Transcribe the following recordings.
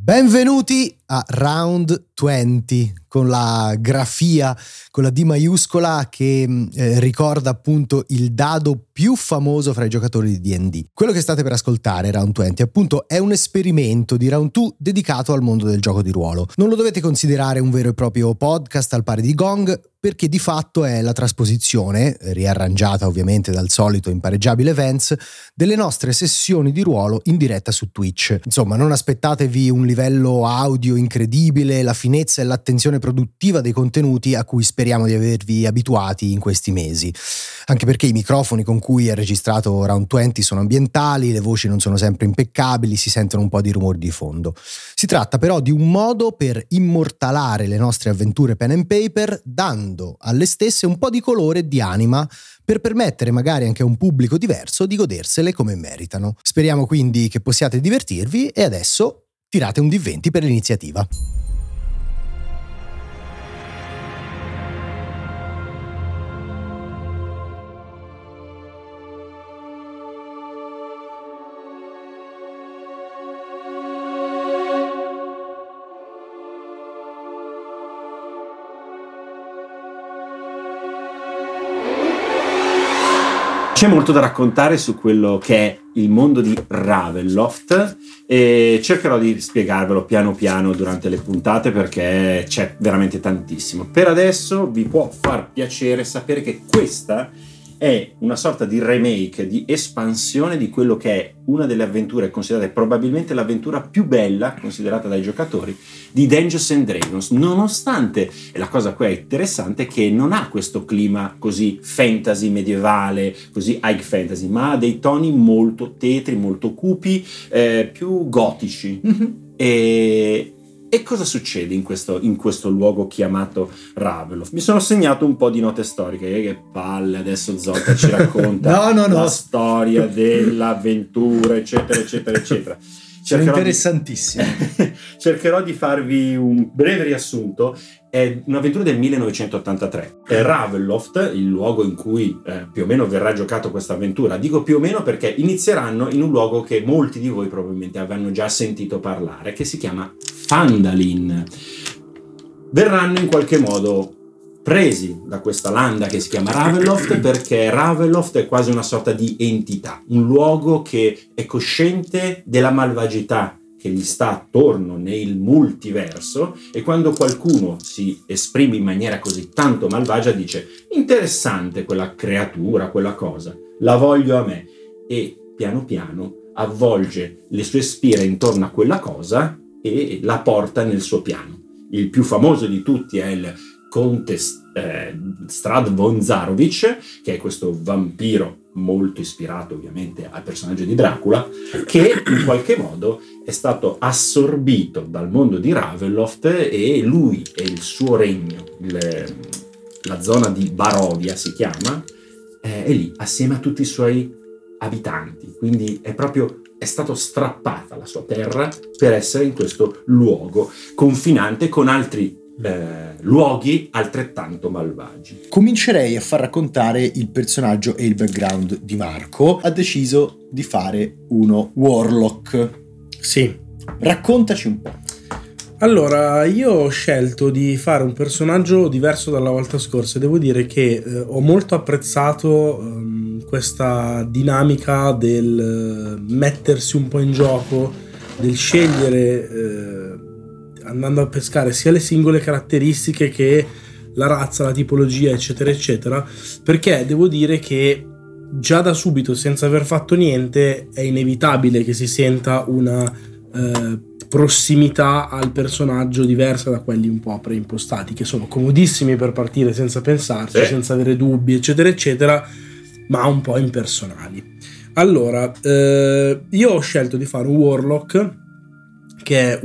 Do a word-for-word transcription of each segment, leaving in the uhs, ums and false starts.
Benvenuti a Round venti, con la grafia, con la D maiuscola che eh, ricorda appunto il dado più famoso fra i giocatori di D and D. Quello che state per ascoltare, Round venti, appunto è un esperimento di Round due dedicato al mondo del gioco di ruolo. Non lo dovete considerare un vero e proprio podcast al pari di Gong, perché di fatto è la trasposizione, riarrangiata ovviamente dal solito impareggiabile Vance, delle nostre sessioni di ruolo in diretta su Twitch. Insomma, non aspettatevi un livello audio incredibile, la finezza e l'attenzione produttiva dei contenuti a cui speriamo di avervi abituati in questi mesi. Anche perché i microfoni con cui è registrato Round venti sono ambientali, le voci non sono sempre impeccabili, si sentono un po' di rumori di fondo. Si tratta però di un modo per immortalare le nostre avventure pen and paper, dando alle stesse un po' di colore e di anima, per permettere magari anche a un pubblico diverso di godersele come meritano. Speriamo quindi che possiate divertirvi e adesso tirate un D venti per l'iniziativa. C'è molto da raccontare su quello che è il mondo di Ravenloft e cercherò di spiegarvelo piano piano durante le puntate perché c'è veramente tantissimo. Per adesso vi può far piacere sapere che questa è una sorta di remake, di espansione di quello che è una delle avventure considerate probabilmente l'avventura più bella considerata dai giocatori di Dungeons and Dragons, nonostante, e la cosa qui è interessante, che non ha questo clima così fantasy medievale, così high fantasy, ma ha dei toni molto tetri, molto cupi, eh, più gotici. Mm-hmm. E E cosa succede in questo, in questo luogo chiamato Ravenloft? Mi sono segnato un po' di note storiche. Che palle, adesso Zolta ci racconta no, no, no. la storia dell'avventura, eccetera, eccetera, eccetera. Sono interessantissimo. Di... cercherò di farvi un breve riassunto. È un'avventura del millenovecentottantatré. È Ravenloft, il luogo in cui eh, più o meno verrà giocato questa avventura. Dico più o meno perché inizieranno in un luogo che molti di voi probabilmente avranno già sentito parlare, che si chiama Phandalin. Verranno in qualche modo presi da questa landa che si chiama Ravenloft perché Ravenloft è quasi una sorta di entità, un luogo che è cosciente della malvagità che gli sta attorno nel multiverso, e quando qualcuno si esprime in maniera così tanto malvagia dice: interessante quella creatura, quella cosa, la voglio a me, e piano piano avvolge le sue spire intorno a quella cosa e la porta nel suo piano. Il più famoso di tutti è il Conte eh, Strad von Zarovich, che è questo vampiro molto ispirato ovviamente al personaggio di Dracula, che in qualche modo è stato assorbito dal mondo di Ravenloft, e lui e il suo regno, il, la zona di Barovia si chiama, è lì assieme a tutti i suoi abitanti, quindi è proprio è stato strappata la sua terra per essere in questo luogo confinante con altri Eh, luoghi altrettanto malvagi. Comincerei a far raccontare il personaggio e il background di Marco. Ha deciso di fare uno warlock. Sì. Raccontaci un po'. Allora, io ho scelto di fare un personaggio diverso dalla volta scorsa. Devo dire che eh, ho molto apprezzato ehm, questa dinamica del eh, mettersi un po' in gioco, del scegliere eh, andando a pescare sia le singole caratteristiche che la razza, la tipologia, eccetera eccetera, perché devo dire che già da subito, senza aver fatto niente, è inevitabile che si senta una eh, prossimità al personaggio diversa da quelli un po' preimpostati, che sono comodissimi per partire senza pensarci, sì, senza avere dubbi, eccetera eccetera, ma un po' impersonali. Allora, eh, io ho scelto di fare un warlock, che è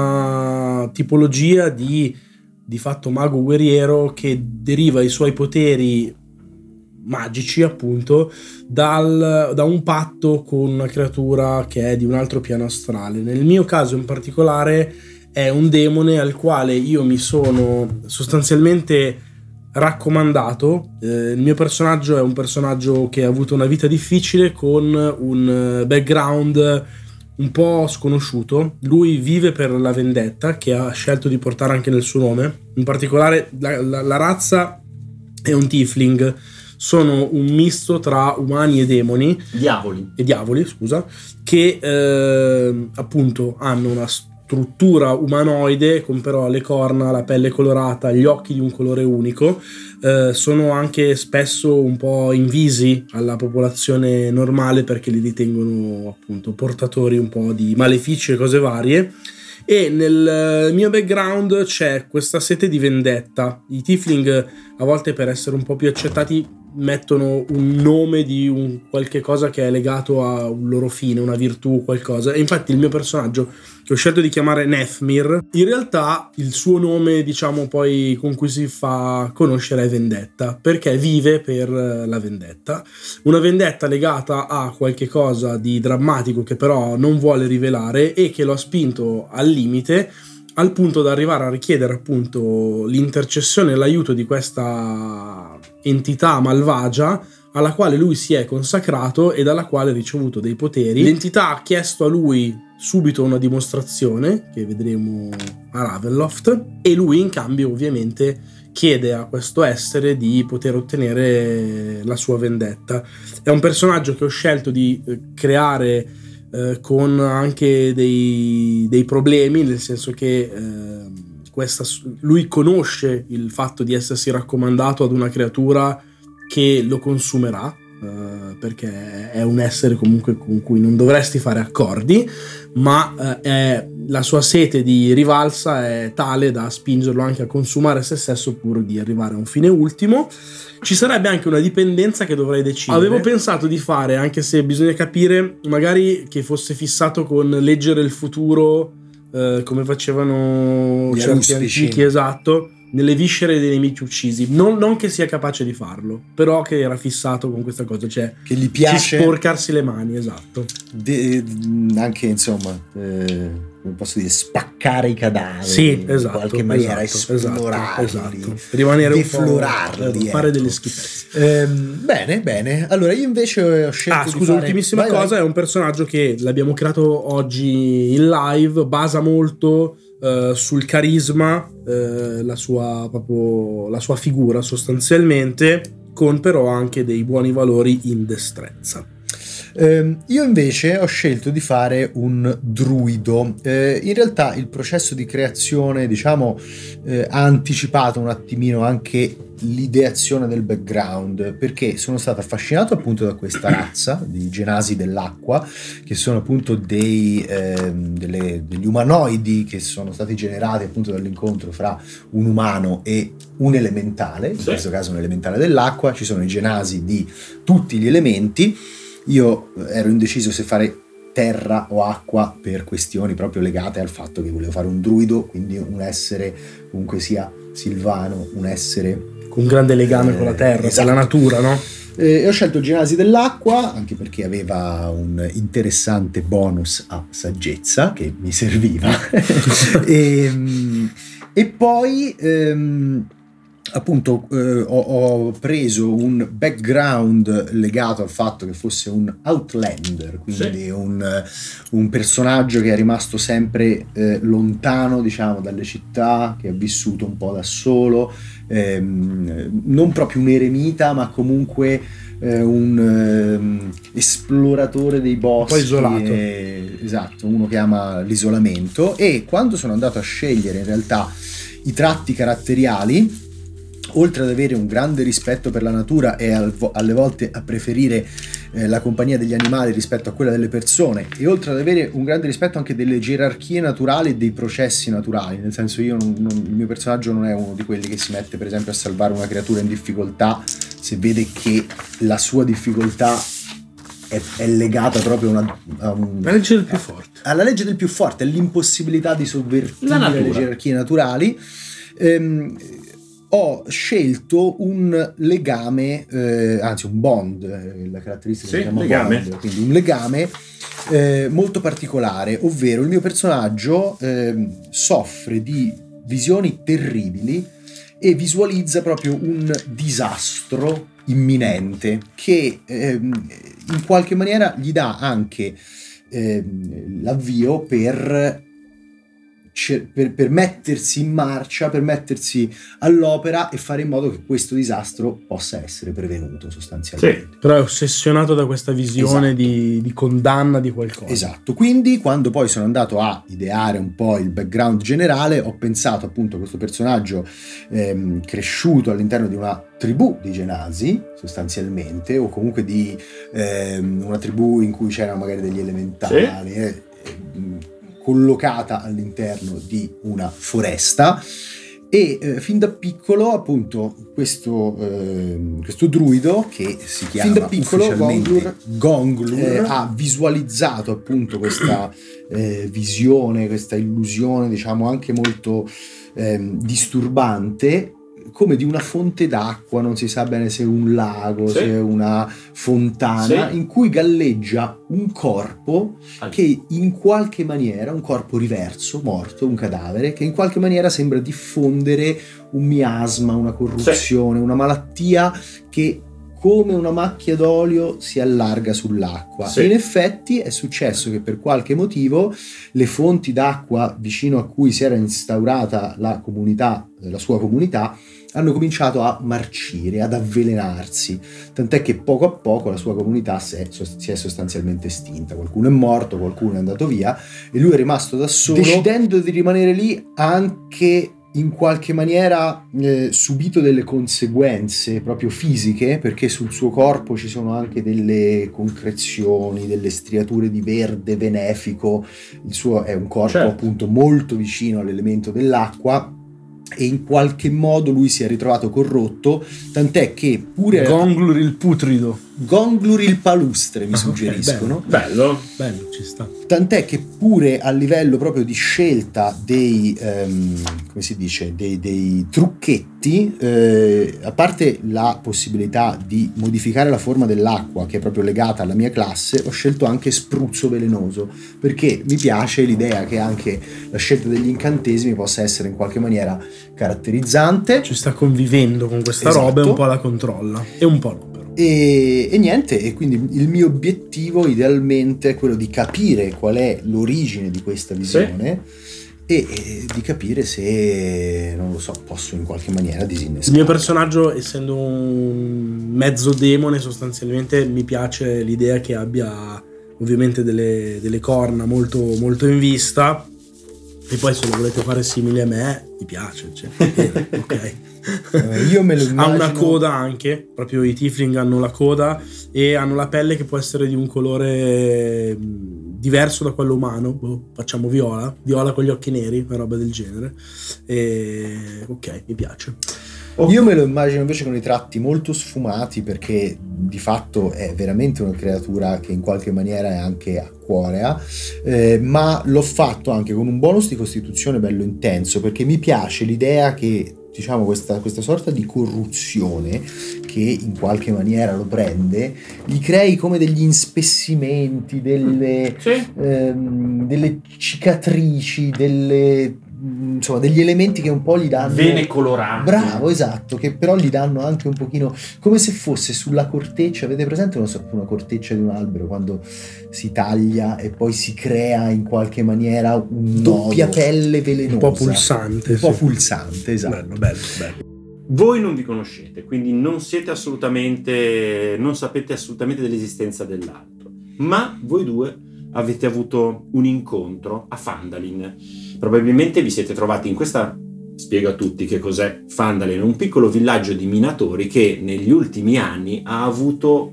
una tipologia di, di fatto mago guerriero che deriva i suoi poteri magici appunto dal, da un patto con una creatura che è di un altro piano astrale. Nel mio caso in particolare è un demone al quale io mi sono sostanzialmente raccomandato. Eh, il mio personaggio è un personaggio che ha avuto una vita difficile, con un background un po' sconosciuto. Lui vive per la vendetta, che ha scelto di portare anche nel suo nome. In particolare la, la, la razza è un tiefling, sono un misto tra umani e demoni, diavoli e diavoli scusa, che eh, appunto hanno una struttura umanoide con però le corna, la pelle colorata, gli occhi di un colore unico. Eh, sono anche spesso un po' invisi alla popolazione normale perché li ritengono appunto portatori un po' di malefici e cose varie. E nel mio background c'è questa sete di vendetta. I tiefling a volte, per essere un po' più accettati, mettono un nome di un qualche cosa che è legato a un loro fine, una virtù, qualcosa. E infatti il mio personaggio, che ho scelto di chiamare Nethmir, in realtà il suo nome, diciamo, poi con cui si fa conoscere è vendetta, perché vive per la vendetta. Una vendetta legata a qualche cosa di drammatico che però non vuole rivelare e che lo ha spinto al limite, al punto da arrivare a richiedere appunto l'intercessione e l'aiuto di questa entità malvagia alla quale lui si è consacrato e dalla quale ha ricevuto dei poteri. L'entità ha chiesto a lui subito una dimostrazione, che vedremo a Ravenloft, e lui in cambio ovviamente chiede a questo essere di poter ottenere la sua vendetta. È un personaggio che ho scelto di creare eh, con anche dei, dei problemi, nel senso che eh, questa, lui conosce il fatto di essersi raccomandato ad una creatura che lo consumerà, eh, perché è un essere comunque con cui non dovresti fare accordi, ma eh, è, la sua sete di rivalsa è tale da spingerlo anche a consumare se stesso pur di arrivare a un fine ultimo. Ci sarebbe anche una dipendenza che dovrei decidere. Avevo pensato di fare, anche se bisogna capire, magari che fosse fissato con leggere il futuro, eh, come facevano gli certi antichi, esatto, nelle viscere dei nemici uccisi. Non, non che sia capace di farlo, però che era fissato con questa cosa, cioè che gli piace sporcarsi le mani, esatto. De, anche insomma, eh, come posso dire, spaccare i cadaveri, sì, esatto, in qualche maniera, esatto, esplorarli, esatto, esatto. Rimanere deflorarli, un po', fare ecco. delle schifezze. Eh, bene, bene. Allora io invece ho scelto ah, di scusa, fare... ultimissima vai, cosa, vai. è un personaggio che l'abbiamo creato oggi in live, basa molto Uh, sul carisma, uh, la sua proprio la sua figura sostanzialmente, con però anche dei buoni valori in destrezza. Eh, io invece ho scelto di fare un druido. Eh, in realtà il processo di creazione, diciamo, eh, ha anticipato un attimino anche l'ideazione del background, perché sono stato affascinato appunto da questa razza di genasi dell'acqua, che sono appunto dei, eh, delle, degli umanoidi che sono stati generati appunto dall'incontro fra un umano e un elementale, in sì. questo caso un elementale dell'acqua. Ci sono i genasi di tutti gli elementi. Io ero indeciso se fare terra o acqua per questioni proprio legate al fatto che volevo fare un druido, quindi un essere comunque sia silvano, un essere con grande legame eh, con la terra, esatto. con la natura, no? E ho scelto il genasi dell'acqua anche perché aveva un interessante bonus a saggezza che mi serviva. e, e poi ehm, appunto eh, ho, ho preso un background legato al fatto che fosse un outlander, quindi sì. un, un personaggio che è rimasto sempre eh, lontano, diciamo, dalle città, che ha vissuto un po' da solo, ehm, non proprio un eremita, ma comunque eh, un ehm, esploratore dei boschi, un po' isolato. Eh, esatto, uno che ama l'isolamento. E quando sono andato a scegliere in realtà i tratti caratteriali, oltre ad avere un grande rispetto per la natura e al, alle volte a preferire eh, la compagnia degli animali rispetto a quella delle persone, e oltre ad avere un grande rispetto anche delle gerarchie naturali e dei processi naturali, nel senso io non, non, il mio personaggio non è uno di quelli che si mette per esempio a salvare una creatura in difficoltà se vede che la sua difficoltà è, è legata proprio a una, a un, la legge del più forte, alla legge del più forte, all'impossibilità di sovvertire le gerarchie naturali. ehm, Ho scelto un legame, eh, anzi un bond, eh, la caratteristica sì, si chiama legame. bond, quindi un legame eh, molto particolare, ovvero il mio personaggio eh, soffre di visioni terribili e visualizza proprio un disastro imminente che eh, in qualche maniera gli dà anche eh, l'avvio per Per, per mettersi in marcia, per mettersi all'opera e fare in modo che questo disastro possa essere prevenuto sostanzialmente. Sì, però è ossessionato da questa visione esatto. di, di condanna di qualcosa. Esatto, quindi quando poi sono andato a ideare un po' il background generale ho pensato appunto a questo personaggio ehm, cresciuto all'interno di una tribù di Genasi sostanzialmente, o comunque di ehm, una tribù in cui c'erano magari degli elementali, sì. eh, eh, collocata all'interno di una foresta e eh, fin da piccolo appunto questo, eh, questo druido che si chiama fin da piccolo Gonglur, Gonglur eh, ha visualizzato appunto questa eh, visione, questa illusione diciamo anche molto eh, disturbante come di una fonte d'acqua, non si sa bene se è un lago, sì. se è una fontana, sì. in cui galleggia un corpo che in qualche maniera, un corpo riverso, morto, un cadavere, che in qualche maniera sembra diffondere un miasma, una corruzione, sì. una malattia che come una macchia d'olio si allarga sull'acqua. Sì. E in effetti è successo che per qualche motivo le fonti d'acqua vicino a cui si era instaurata la comunità, la sua comunità, hanno cominciato a marcire, ad avvelenarsi, tant'è che poco a poco la sua comunità si è, si è sostanzialmente estinta. Qualcuno è morto, qualcuno è andato via e lui è rimasto da solo, decidendo di rimanere lì anche in qualche maniera eh, subito delle conseguenze proprio fisiche, perché sul suo corpo ci sono anche delle concrezioni, delle striature di verde benefico. Il suo è un corpo certo. appunto molto vicino all'elemento dell'acqua e in qualche modo lui si è ritrovato corrotto, tant'è che pure Gonglur il putrido, Gonglur il palustre mi suggeriscono. Okay, bello. bello bello ci sta, tant'è che pure a livello proprio di scelta dei ehm, come si dice dei, dei trucchetti, eh, a parte la possibilità di modificare la forma dell'acqua che è proprio legata alla mia classe, ho scelto anche spruzzo velenoso perché mi piace l'idea che anche la scelta degli incantesimi possa essere in qualche maniera caratterizzante. Ci sta convivendo con questa esatto. roba e un po' la controlla e un po' no però. E, e niente, e quindi il mio obiettivo idealmente è quello di capire qual è l'origine di questa visione sì. e, e di capire se, non lo so, posso in qualche maniera disinnescare. Il mio personaggio, essendo un mezzo demone, sostanzialmente mi piace l'idea che abbia ovviamente delle, delle corna molto, molto in vista. E poi se lo volete fare simile a me, mi piace, cioè, bene, ok. Uh, io me lo immagino... Ha una coda anche, proprio i tiefling hanno la coda e hanno la pelle che può essere di un colore diverso da quello umano, boh, facciamo viola, viola con gli occhi neri, una roba del genere. E ok, mi piace. Okay. Io me lo immagino invece con i tratti molto sfumati perché di fatto è veramente una creatura che in qualche maniera è anche acquorea, eh, ma l'ho fatto anche con un bonus di costituzione bello intenso perché mi piace l'idea che diciamo questa, questa sorta di corruzione che in qualche maniera lo prende gli crei come degli inspessimenti, delle, sì. ehm, delle cicatrici, delle insomma degli elementi che un po' gli danno vene colorate, bravo, esatto, che però gli danno anche un pochino come se fosse sulla corteccia, avete presente una, una corteccia di un albero quando si taglia e poi si crea in qualche maniera un doppia pelle velenosa, un po' pulsante un sì. po' pulsante, esatto. Bello, bello, bello. Voi non vi conoscete, quindi non siete assolutamente, non sapete assolutamente dell'esistenza dell'altro, ma voi due avete avuto un incontro a Phandalin. Probabilmente vi siete trovati in questa... Spiego a tutti che cos'è Phandalin, un piccolo villaggio di minatori che negli ultimi anni ha avuto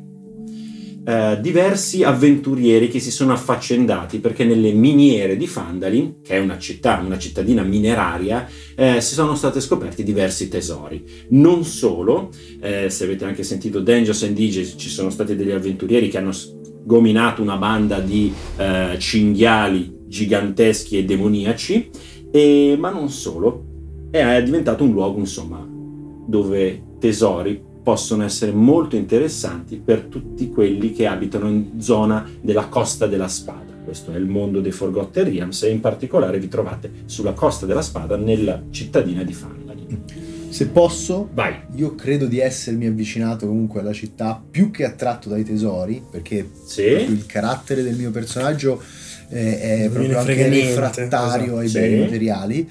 eh, diversi avventurieri che si sono affaccendati perché nelle miniere di Phandalin, che è una città, una cittadina mineraria, eh, si sono stati scoperti diversi tesori. Non solo, eh, se avete anche sentito Dangerous and D J, ci sono stati degli avventurieri che hanno gominato una banda di eh, cinghiali giganteschi e demoniaci, e, ma non solo, è diventato un luogo insomma dove tesori possono essere molto interessanti per tutti quelli che abitano in zona della Costa della Spada. Questo è il mondo dei Forgotten Realms e in particolare vi trovate sulla Costa della Spada nella cittadina di Phandalin. Se posso, vai. Io credo di essermi avvicinato comunque alla città più che attratto dai tesori, perché sì. proprio il carattere del mio personaggio eh, è non proprio anche niente. refrattario Esatto. ai sì. beni materiali,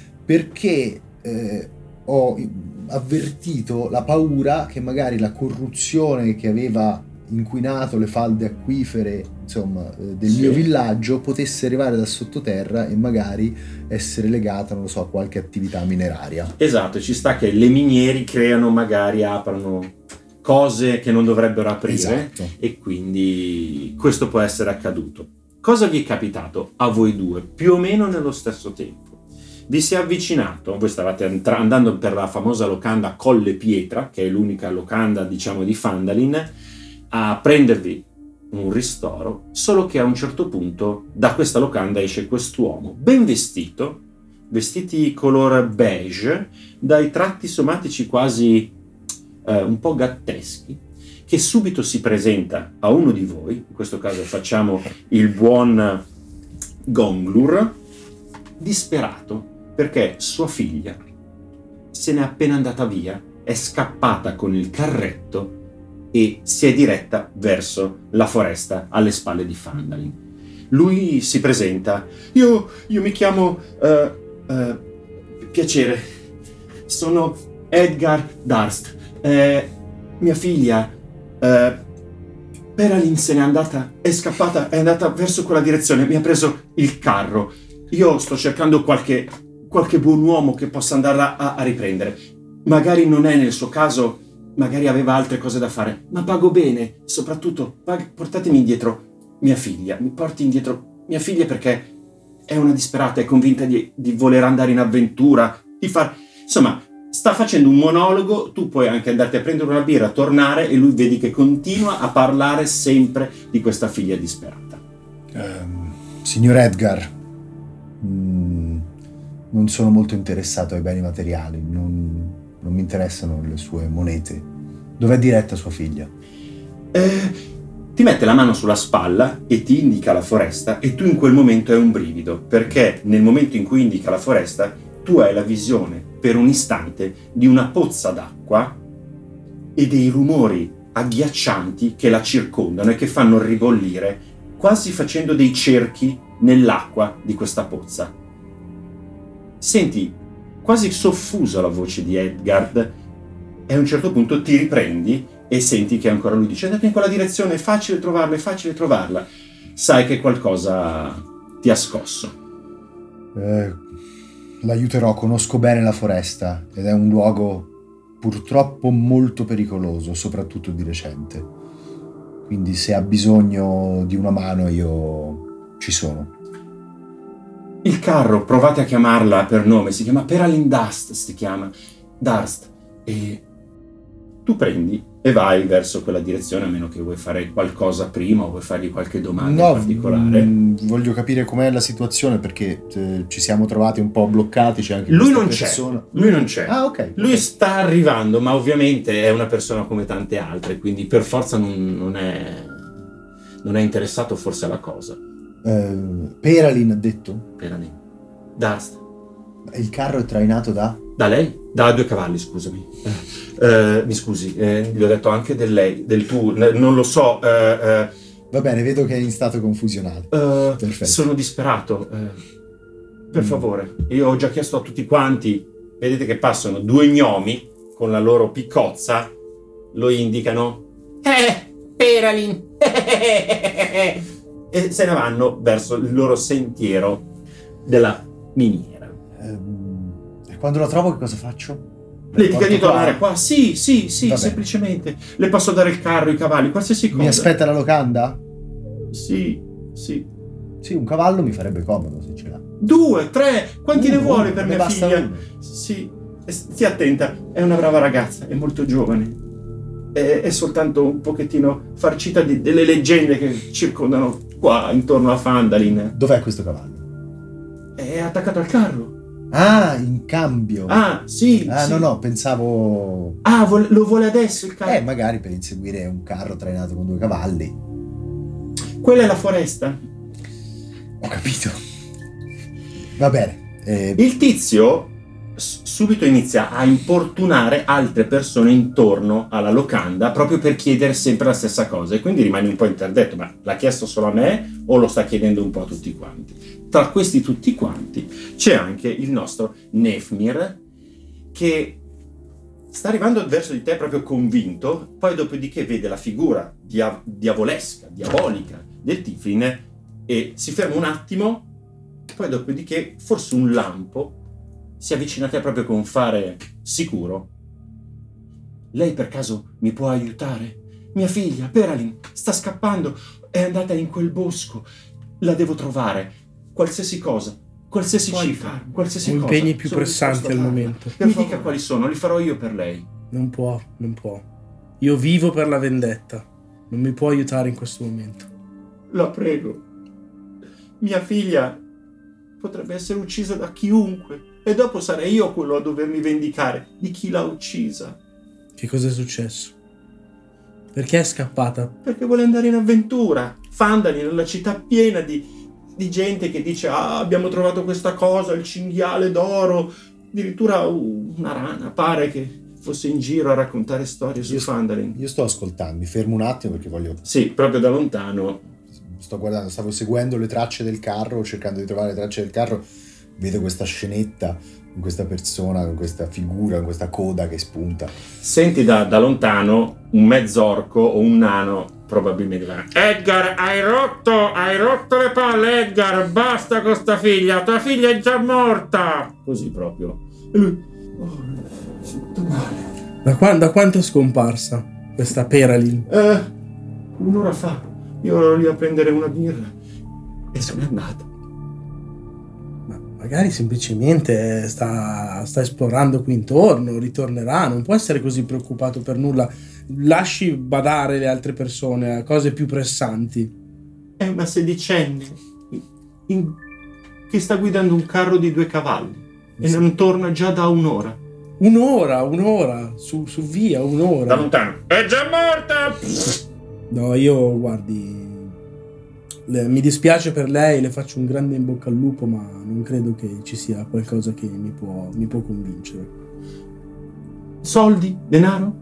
perché eh, ho avvertito la paura che magari la corruzione che aveva inquinato le falde acquifere, insomma, eh, del sì. mio villaggio potesse arrivare da sottoterra e magari essere legata, non lo so, a qualche attività mineraria. Esatto, ci sta che le minieri creano, magari aprono cose che non dovrebbero aprire, esatto. E quindi questo può essere accaduto. Cosa vi è capitato a voi due più o meno nello stesso tempo? Vi si è avvicinato, voi stavate entra- andando per la famosa locanda Colle Pietra, che è l'unica locanda, diciamo, di Phandalin, a prendervi un ristoro, solo che a un certo punto da questa locanda esce quest'uomo ben vestito, vestiti color beige, dai tratti somatici quasi eh, un po' gatteschi, che subito si presenta a uno di voi, in questo caso facciamo il buon Gonglur, disperato perché sua figlia se n'è appena andata via, è scappata con il carretto e si è diretta verso la foresta alle spalle di Phandalin. Lui si presenta: io, io mi chiamo uh, uh, piacere, sono Edgar Darst, eh, mia figlia uh, Peralin se n'è andata, è scappata, è andata verso quella direzione, mi ha preso il carro, io sto cercando qualche, qualche buon uomo che possa andarla a, a riprendere, magari non è nel suo caso, magari aveva altre cose da fare, ma pago bene, soprattutto pag- portatemi indietro mia figlia, mi porti indietro mia figlia perché è una disperata, è convinta di, di voler andare in avventura, di far... insomma, sta facendo un monologo, tu puoi anche andarti a prendere una birra, tornare e lui vedi che continua a parlare sempre di questa figlia disperata. Um, signor Edgar, mm, non sono molto interessato ai beni materiali, non... non mi interessano le sue monete. Dov'è diretta sua figlia? Eh, ti mette la mano sulla spalla e ti indica la foresta e tu in quel momento hai un brivido, perché nel momento in cui indica la foresta tu hai la visione per un istante di una pozza d'acqua e dei rumori agghiaccianti che la circondano e che fanno ribollire, quasi facendo dei cerchi nell'acqua di questa pozza. Senti quasi soffusa la voce di Edgard e a un certo punto ti riprendi e senti che ancora lui dice: andate in quella direzione, è facile trovarla, è facile trovarla. Sai che qualcosa ti ha scosso. Eh, l'aiuterò, conosco bene la foresta ed è un luogo purtroppo molto pericoloso, soprattutto di recente. Quindi se ha bisogno di una mano io ci sono. Il carro, provate a chiamarla per nome, si chiama Peralin Darst, si chiama Darst, e tu prendi e vai verso quella direzione, a meno che vuoi fare qualcosa prima o vuoi fargli qualche domanda no, in particolare. Mh, voglio capire com'è la situazione perché eh, ci siamo trovati un po' bloccati, c'è anche lui questa non persona. c'è, lui non c'è. Ah, ok. Lui sta arrivando, ma ovviamente è una persona come tante altre, quindi per forza non, non è non è interessato forse alla cosa. Uh, Peralin ha detto? Peralin. Darst. Il carro è trainato da? Da lei? Da due cavalli, scusami. Eh, eh, mi scusi, eh, gli ho detto anche del lei, del tu, non lo so. Eh, eh, Va bene, vedo che è in stato confusionale. eh, Perfetto. Sono disperato. Eh, per Mm. favore, io ho già chiesto a tutti quanti. Vedete che passano due gnomi con la loro piccozza, lo indicano. Eh, Peralin. E se ne vanno verso il loro sentiero della miniera. Ehm, e quando la trovo che cosa faccio? Le dica porto di tornare qua? qua? Sì, sì, sì, Va bene. semplicemente. Le posso dare il carro, i cavalli, qualsiasi cosa. Mi aspetta la locanda? Sì, sì. Sì, un cavallo mi farebbe comodo se ce l'ha. Due, tre, quanti Uno, ne vuole uno, per ne mia basta figlia? uno. Sì, e stia attenta, è una brava ragazza, è molto giovane. È, è soltanto un pochettino farcita di, delle leggende che circondano qua intorno a Phandalin. Dov'è questo cavallo? È attaccato al carro. Ah, in cambio. Ah, sì. Ah, sì. no, no, pensavo... Ah, vuole- lo vuole adesso il carro? Eh, magari per inseguire un carro trainato con due cavalli. Quella è la foresta. Ho capito. Va bene. Eh, Il tizio s- subito inizia a importunare altre persone intorno alla locanda proprio per chiedere sempre la stessa cosa, e quindi rimani un po' interdetto, ma l'ha chiesto solo a me o lo sta chiedendo un po' a tutti quanti? Tra questi tutti quanti c'è anche il nostro Nefmir, che sta arrivando verso di te proprio convinto, poi dopodiché vede la figura dia- diavolesca, diabolica del Tiflin e si ferma un attimo, poi dopodiché forse un lampo si avvicina a te proprio con fare sicuro. Lei per caso mi può aiutare? Mia figlia, Peralin, sta scappando, è andata in quel bosco, la devo trovare, qualsiasi cosa. Qualsiasi Puoi cifra, farlo. qualsiasi Ho cosa. impegni più sono pressanti disposto a al farla. momento. Mi dica quali sono, li farò io per lei. Non può, non può. Io vivo per la vendetta. Non mi può aiutare in questo momento. La prego. Mia figlia potrebbe essere uccisa da chiunque e dopo sarei io quello a dovermi vendicare di chi l'ha uccisa. Che cosa è successo? Perché è scappata? Perché vuole andare in avventura. Phandalin è una città piena di... di gente che dice ah abbiamo trovato questa cosa, il cinghiale d'oro, addirittura una rana pare che fosse in giro a raccontare storie su Io- Phandalin. Io sto ascoltando, mi fermo un attimo perché voglio... Sì, proprio da lontano. Sto guardando, stavo seguendo le tracce del carro, cercando di trovare le tracce del carro, vedo questa scenetta con questa persona, con questa figura, con questa coda che spunta. Senti da, da lontano un mezzorco o un nano probabilmente va, Edgar, hai rotto, hai rotto le palle, Edgar, basta con sta figlia, tua figlia è già morta. Così proprio. E lui, oh, sento male. Da, qua- da quanto è scomparsa questa Peralin? Eh, un'ora fa, io ero lì a prendere una birra e se n'è andata. Ma magari semplicemente sta, sta esplorando qui intorno, ritornerà, non può essere così preoccupato per nulla. Lasci badare le altre persone a cose più pressanti. È una sedicenne in- in- che sta guidando un carro di due cavalli e Sì. non torna già da un'ora. Un'ora, un'ora, su, su via, un'ora. lontano. È già morta! No, io guardi, le- mi dispiace per lei, le faccio un grande in bocca al lupo, ma non credo che ci sia qualcosa che mi può, mi può convincere. Soldi? Denaro?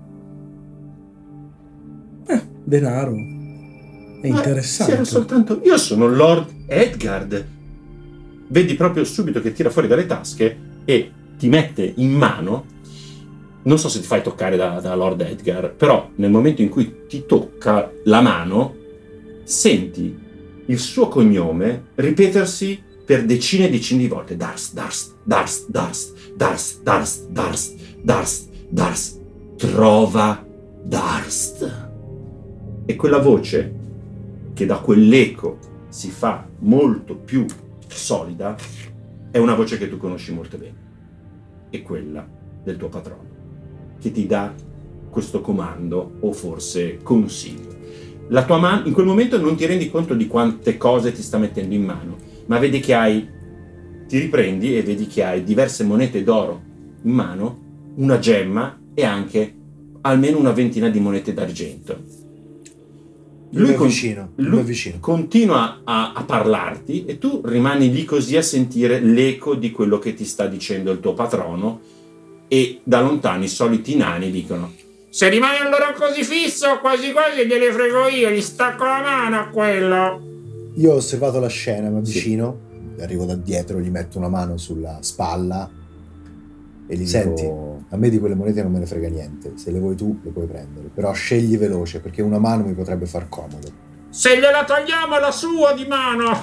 Eh, denaro. È Ma interessante. se era soltanto... Io sono Lord Edgard. Vedi proprio subito che tira fuori dalle tasche e ti mette in mano. Non so se ti fai toccare da, da Lord Edgar, però nel momento in cui ti tocca la mano, senti il suo cognome ripetersi per decine e decine di volte. Darst, Darst, Darst, Darst, Darst, Darst, Darst, Darst, Darst. Trova Darst. E quella voce, che da quell'eco si fa molto più solida, è una voce che tu conosci molto bene. È quella del tuo patrono, che ti dà questo comando o forse consiglio. La tua mano, in quel momento non ti rendi conto di quante cose ti sta mettendo in mano, ma vedi che hai, ti riprendi e vedi che hai diverse monete d'oro in mano, una gemma e anche almeno una ventina di monete d'argento. Lui con- vicino, lui lui vicino. continua a, a parlarti e tu rimani lì così a sentire l'eco di quello che ti sta dicendo il tuo patrono, e da lontano i soliti nani dicono: se rimani allora così fisso, quasi quasi gliele frego io, gli stacco la mano a quello. Io ho osservato la scena, mi Sì. avvicino, arrivo da dietro, gli metto una mano sulla spalla e gli Senti. dico: a me di quelle monete non me ne frega niente, se le vuoi tu le puoi prendere, però scegli veloce perché una mano mi potrebbe far comodo. Se gliela togliamo la sua di mano.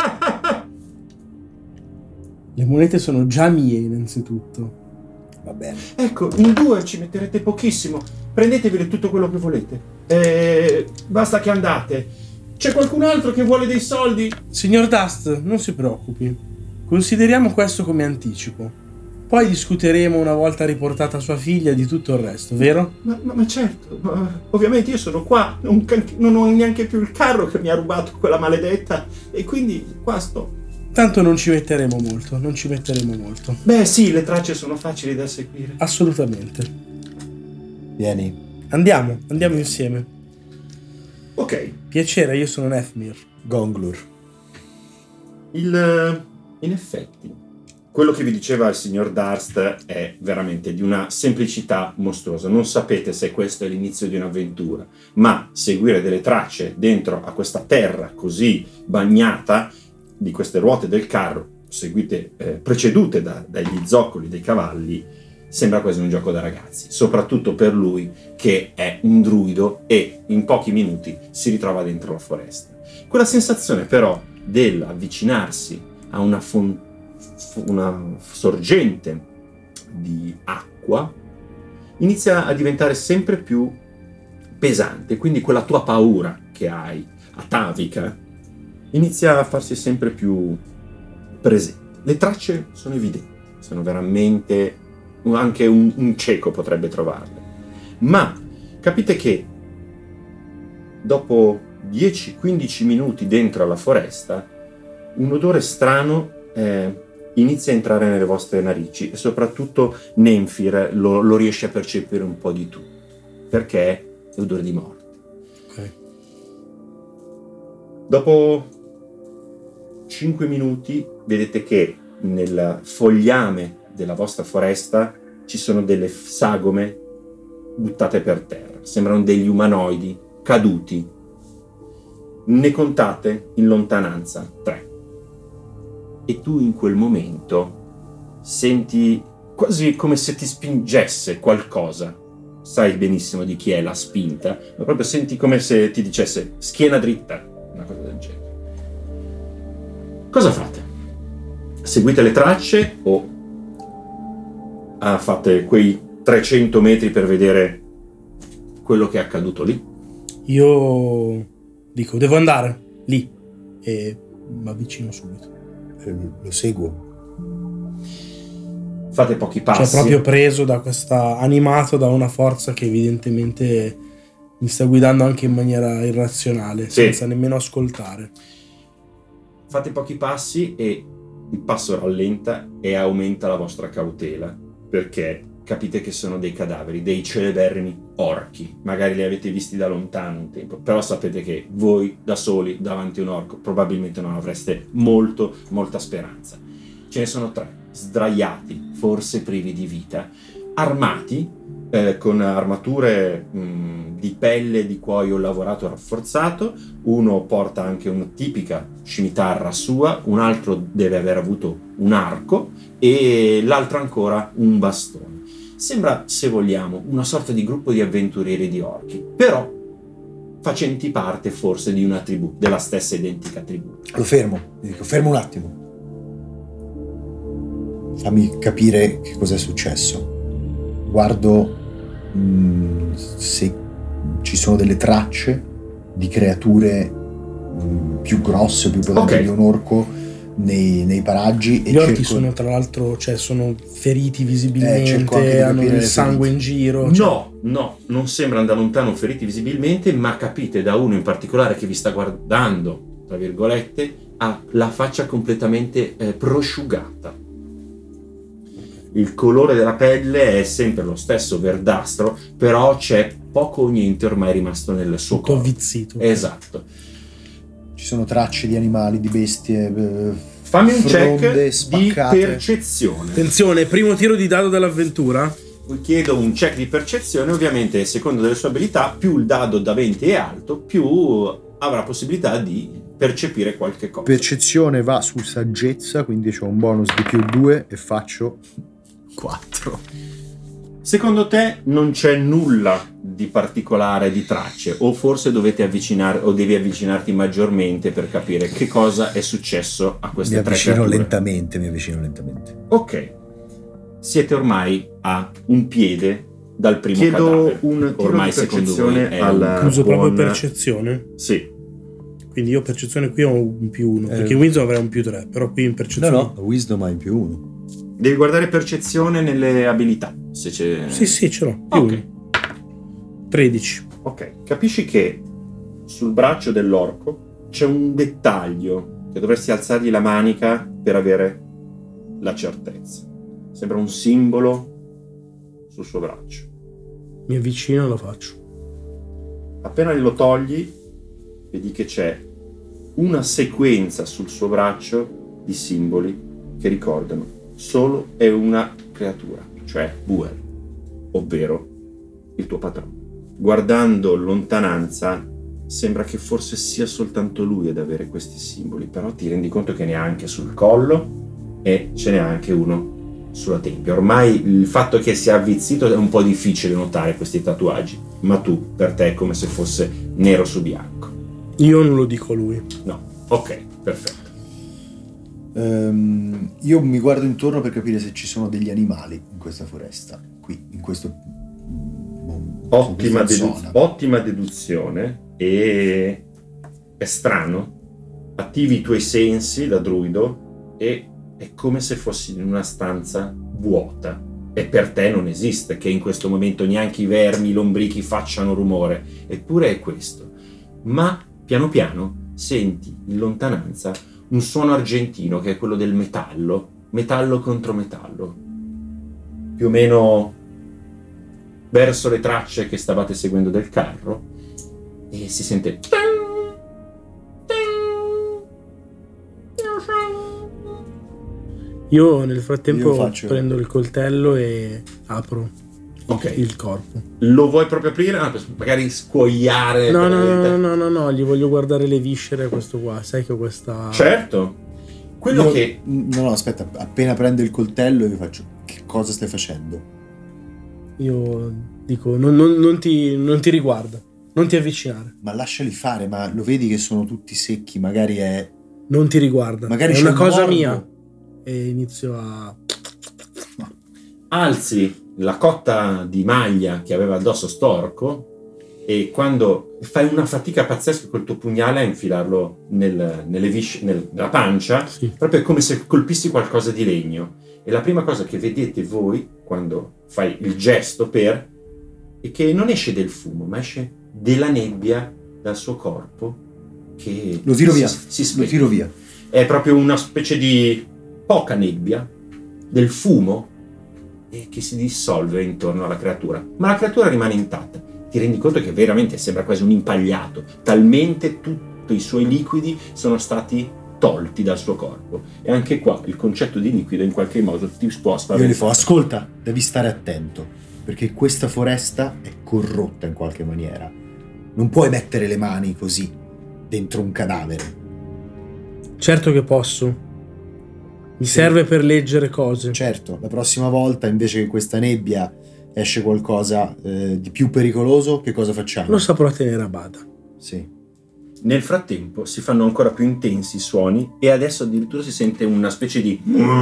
Le monete sono già mie, innanzitutto. Va bene. Ecco, in due ci metterete pochissimo, prendetevele tutto quello che volete, eh, basta che andate. C'è qualcun altro che vuole dei soldi? Signor Dust, non si preoccupi. Consideriamo questo come anticipo. Poi discuteremo una volta riportata sua figlia di tutto il resto, vero? Ma, ma, ma certo, ma ovviamente io sono qua, non, non ho neanche più il carro che mi ha rubato quella maledetta, e quindi qua sto. Tanto non ci metteremo molto, non ci metteremo molto. Beh sì, le tracce sono facili da seguire. Assolutamente. Vieni. Andiamo, andiamo insieme. Ok, Piacere, io sono Nefmir. Gonglur. il, in effetti, quello che vi diceva il signor Darst è veramente di una semplicità mostruosa. Non sapete se questo è l'inizio di un'avventura, ma seguire delle tracce dentro a questa terra così bagnata di queste ruote del carro, seguite, eh, precedute da, dagli zoccoli dei cavalli, sembra quasi un gioco da ragazzi, soprattutto per lui che è un druido e in pochi minuti si ritrova dentro la foresta. Quella sensazione però dell'avvicinarsi a una fonte, una sorgente di acqua inizia a diventare sempre più pesante, quindi quella tua paura che hai atavica inizia a farsi sempre più presente. Le tracce sono evidenti, sono veramente, anche un, un cieco potrebbe trovarle, ma capite che dopo dieci quindici minuti dentro alla foresta un odore strano eh, inizia a entrare nelle vostre narici e soprattutto Nenfir lo, lo riesce a percepire un po' di tutto, perché è odore di morte. Okay. Dopo cinque minuti vedete che nel fogliame della vostra foresta ci sono delle sagome buttate per terra, sembrano degli umanoidi caduti. Ne contate in lontananza tre. E tu in quel momento senti quasi come se ti spingesse qualcosa. Sai benissimo di chi è la spinta, ma proprio senti come se ti dicesse schiena dritta, una cosa del genere. Cosa fate? Seguite le tracce o ah, fate quei trecento metri per vedere quello che è accaduto lì? Io dico, devo andare lì e mi avvicino subito. Lo seguo. Fate pochi passi. Cioè proprio preso da questa, animato da una forza che evidentemente mi sta guidando anche in maniera irrazionale, sì, senza nemmeno ascoltare. Fate pochi passi e il passo rallenta e aumenta la vostra cautela, perché capite che sono dei cadaveri, dei celeberrimi orchi. Magari li avete visti da lontano un tempo, però sapete che voi da soli davanti a un orco probabilmente non avreste molto, molta speranza. Ce ne sono tre, sdraiati, forse privi di vita, armati, eh, con armature mh, di pelle di cuoio lavorato rafforzato. Uno porta anche una tipica scimitarra sua, un altro deve aver avuto un arco e l'altro ancora un bastone. Sembra, se vogliamo, una sorta di gruppo di avventurieri di orchi, però facenti parte forse di una tribù, della stessa identica tribù. Lo fermo, gli dico fermo un attimo. Fammi capire che cos'è successo. Guardo mh, se ci sono delle tracce di creature mh, più grosse, più potenti okay. di un orco nei, nei paraggi. Gli e orchi cerco... sono tra l'altro, cioè sono feriti visibilmente, eh, cerco anche di hanno capire il le sangue in giro. Cioè... No, no, non sembrano da lontano feriti visibilmente, ma capite da uno in particolare che vi sta guardando, tra virgolette, ha la faccia completamente eh, prosciugata. Il colore della pelle è sempre lo stesso verdastro, però c'è poco o niente ormai rimasto nel suo tutto corpo. avvizzito. Esatto. Ci sono tracce di animali, di bestie. Eh, Fammi un fronde check spaccate. di percezione. Attenzione, primo tiro di dado dell'avventura. Vi chiedo un check di percezione, ovviamente secondo delle sue abilità, più il dado da venti è alto, più avrà possibilità di percepire qualche cosa. Percezione va su saggezza, quindi ho un bonus di più due e faccio quattro. Secondo te non c'è nulla di particolare di tracce, o forse dovete avvicinare o devi avvicinarti maggiormente per capire che cosa è successo a queste mi tre avvicino creature? lentamente, mi avvicino lentamente. Ok, siete ormai a un piede dal primo Chiedo cadavere. un tiro Ormai di secondo percezione voi è al- un Uso buon- proprio percezione. Sì. Quindi io percezione qui ho un più uno, Eh. perché in Wisdom avrei un più tre, però qui in No, percezione... no, Wisdom ha in più uno. Devi guardare percezione nelle abilità, se c'è... Sì, sì, ce l'ho, più Ok. uno. tredici. Ok, capisci che sul braccio dell'orco c'è un dettaglio che dovresti alzargli la manica per avere la certezza. Sembra un simbolo sul suo braccio. Mi avvicino e lo faccio. Appena glielo togli, vedi che c'è una sequenza sul suo braccio di simboli che ricordano solo e una creatura, cioè Buer, ovvero il tuo patrono. Guardando in lontananza sembra che forse sia soltanto lui ad avere questi simboli, però ti rendi conto che ne ha anche sul collo e ce n'è anche uno sulla tempia. Ormai il fatto che sia avvizzito è un po' difficile notare questi tatuaggi, ma tu, per te, è come se fosse nero su bianco. Io non lo dico a lui. No, ok, perfetto. Um, io mi guardo intorno per capire se ci sono degli animali in questa foresta, qui, in questo... Ottima, dedu- ottima deduzione, e è strano. Attivi i tuoi sensi da druido e è come se fossi in una stanza vuota e per te non esiste che in questo momento neanche i vermi, i lombrichi facciano rumore, eppure è questo. Ma piano piano senti in lontananza un suono argentino che è quello del metallo, metallo contro metallo, più o meno verso le tracce che stavate seguendo del carro, e si sente io nel frattempo Io faccio... prendo il coltello e apro Ok. il corpo. Lo vuoi proprio aprire? Ah, magari scuoiare? No, no, per- no, no, no, no, gli voglio guardare le viscere a questo qua. Sai che ho questa... Certo. Quello Io- che... No, no, aspetta, appena prendo il coltello io faccio, che cosa stai facendo? Io dico, non, non- non ti, non ti riguarda, non ti avvicinare, Ma lasciali fare, ma lo vedi che sono tutti secchi, magari è... non ti riguarda, Magari è c'è una un cosa morbo. mia. E inizio a... alzi la cotta di maglia che aveva addosso storco e quando fai una fatica pazzesca col tuo pugnale a infilarlo nel, nelle vis- nel- nella pancia, Sì. proprio come se colpissi qualcosa di legno. E la prima cosa che vedete voi quando fai il gesto per è che non esce del fumo, ma esce della nebbia dal suo corpo che Lo tiro si, via, si lo spegne. tiro via. È proprio una specie di poca nebbia, del fumo, e che si dissolve intorno alla creatura. Ma la creatura rimane intatta. Ti rendi conto che veramente sembra quasi un impagliato, talmente tutti i suoi liquidi sono stati tolti dal suo corpo. E anche qua il concetto di liquido in qualche modo ti può Io spaventare. gli fa, ascolta, devi stare attento, perché questa foresta è corrotta in qualche maniera. Non puoi mettere le mani così dentro un cadavere. Certo che posso. Mi Sì. serve per leggere cose. Certo, la prossima volta invece che questa nebbia esce qualcosa eh, di più pericoloso, che cosa facciamo? Lo saprò tenere a bada. Sì. Nel frattempo si fanno ancora più intensi i suoni e adesso addirittura si sente una specie di...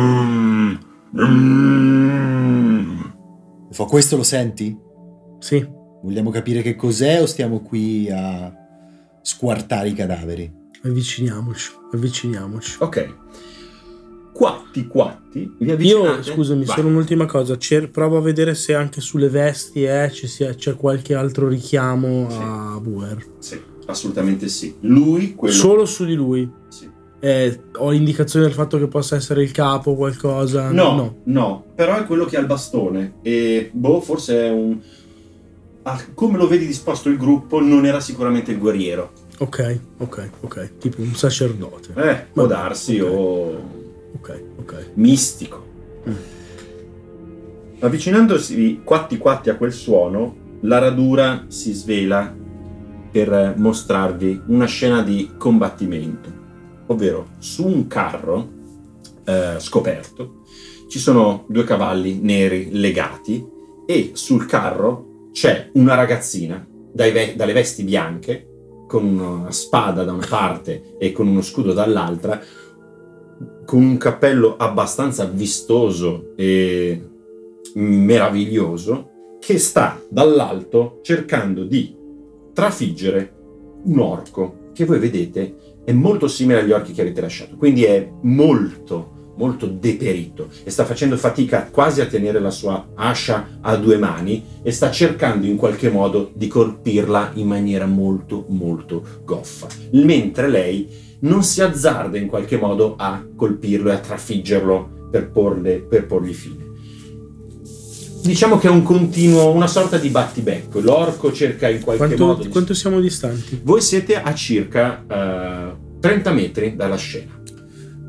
Fa, questo lo senti? Sì. Vogliamo capire che cos'è o stiamo qui a squartare i cadaveri? Avviciniamoci, avviciniamoci. Ok. Quatti, quatti, vi Io, avvicinate. scusami, Vai. solo un'ultima cosa. Cer- provo a vedere se anche sulle vesti eh, ci sia, c'è qualche altro richiamo Sì. a Buer. Sì, assolutamente sì. Lui, quello... Solo su di lui. Sì. Eh, ho indicazione del fatto che possa essere il capo o qualcosa? No, no. no, però è quello che ha il bastone e boh, forse è un... ah, come lo vedi disposto il gruppo, non era sicuramente il guerriero. Ok, ok, ok. Tipo un sacerdote. Eh, può Vabbè, darsi, ok. o Ok, ok. mistico. Mm. Avvicinandosi quatti quatti a quel suono, la radura si svela per mostrarvi una scena di combattimento, ovvero su un carro eh, scoperto ci sono due cavalli neri legati e sul carro c'è una ragazzina dai ve- dalle vesti bianche con una spada da una parte e con uno scudo dall'altra, con un cappello abbastanza vistoso e meraviglioso, che sta dall'alto cercando di trafiggere un orco che voi vedete è molto simile agli orchi che avete lasciato, quindi è molto molto deperito e sta facendo fatica quasi a tenere la sua ascia a due mani e sta cercando in qualche modo di colpirla in maniera molto molto goffa, mentre lei non si azzarda in qualche modo a colpirlo e a trafiggerlo per, porle, per porgli fine. Diciamo che è un continuo, una sorta di battibecco. L'orco cerca in qualche Quanto, modo di... quanto siamo distanti? Voi siete a circa uh, trenta metri dalla scena.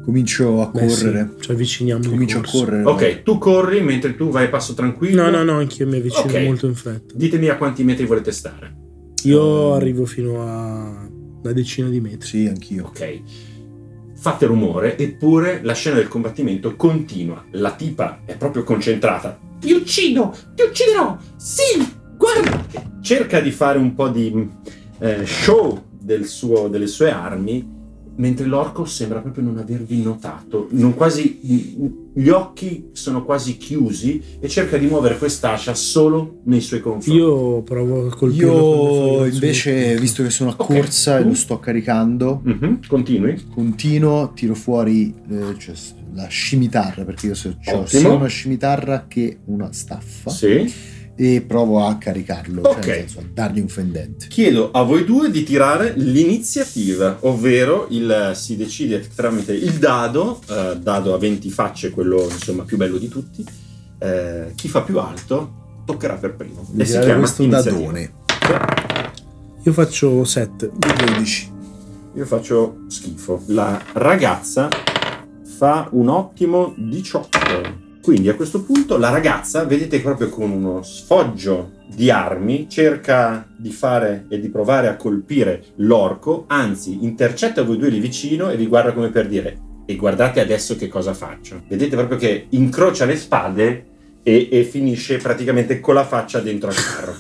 Comincio a Beh, correre. sì, ci avviciniamo di Comincio a corso. correre. Ok, tu corri mentre tu vai a passo tranquillo. No, no, no, anch'io mi avvicino Ok. molto in fretta. Ditemi a quanti metri volete stare. Io Um, arrivo fino a una decina di metri. Sì, anch'io. Ok. Fate rumore, eppure la scena del combattimento continua. La tipa è proprio concentrata. Ti uccido! Ti ucciderò! Sì! Guarda! Cerca di fare un po' di eh, show del suo, delle sue armi, mentre l'orco sembra proprio non avervi notato. Non quasi, gli occhi sono quasi chiusi e cerca di muovere quest'ascia solo nei suoi confronti. Io provo a colpirlo con le Io deflagrazioni. invece, visto che sono a Ok, corsa e tu? lo sto caricando, Mhm, continui. continuo, tiro fuori eh, cioè, la scimitarra, perché io so, ho Ottimo. sia una scimitarra che una staffa, Sì. e provo a caricarlo, Ok. cioè, nel senso, a dargli un fendente. Chiedo a voi due di tirare l'iniziativa, ovvero il, si decide tramite il dado, eh, dado a venti facce, quello insomma più bello di tutti, eh, chi fa più alto toccherà per primo. E si Direi chiama questo iniziativa. dadone. Io faccio sette. dodici. Io faccio schifo. La ragazza fa un ottimo diciotto. Quindi a questo punto la ragazza, vedete proprio con uno sfoggio di armi, cerca di fare e di provare a colpire l'orco, anzi intercetta voi due lì vicino e vi guarda come per dire: e guardate adesso che cosa faccio. Vedete proprio che incrocia le spade e, e finisce praticamente con la faccia dentro al carro.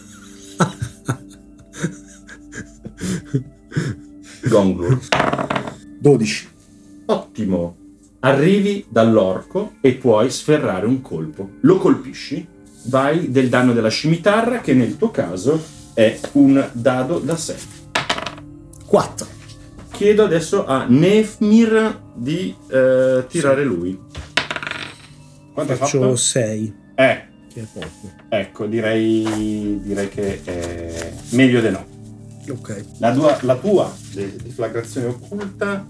Gonglur. dodici. Ottimo. Arrivi dall'orco e puoi sferrare un colpo. Lo colpisci, vai del danno della scimitarra, che nel tuo caso è un dado da sei. quattro. Chiedo adesso a Nefmir di eh, tirare lui. Quanto hai Faccio fatto? sei, Eh, che è poco. ecco, direi, direi che è meglio di no. Ok. La tua, la tua de- deflagrazione occulta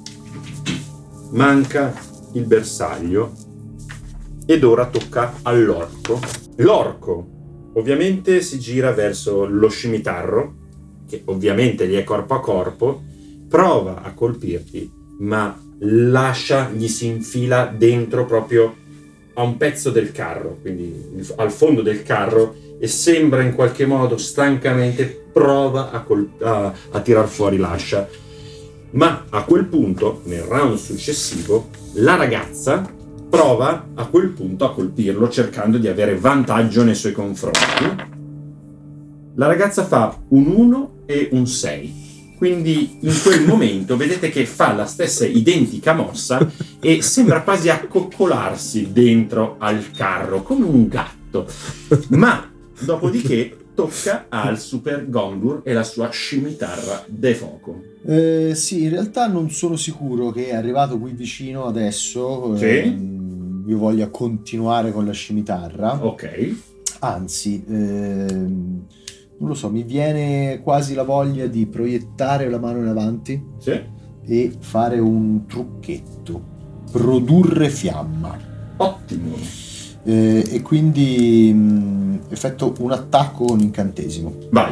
manca il bersaglio ed ora tocca all'orco. L'orco ovviamente si gira verso lo scimitarro, che ovviamente gli è corpo a corpo, prova a colpirti, ma lascia, gli si infila dentro proprio a un pezzo del carro, quindi al fondo del carro, e sembra in qualche modo stancamente prova a, col- a, a tirar fuori l'ascia. Ma a quel punto, nel round successivo, la ragazza prova a quel punto a colpirlo, cercando di avere vantaggio nei suoi confronti. La ragazza fa un uno e un sei. Quindi in quel momento vedete che fa la stessa identica mossa e sembra quasi accoccolarsi dentro al carro, come un gatto. Ma dopodiché tocca al Super Gonglur e la sua scimitarra de fuoco. Eh, sì, in realtà non sono sicuro che è arrivato qui vicino adesso. Sì. ehm, io voglia continuare con la scimitarra. Ok. Anzi, ehm, non lo so, mi viene quasi la voglia di proiettare la mano in avanti Sì. e fare un trucchetto. Produrre fiamma. Ottimo. Eh, e quindi mh, effetto un attacco con incantesimo. Vai.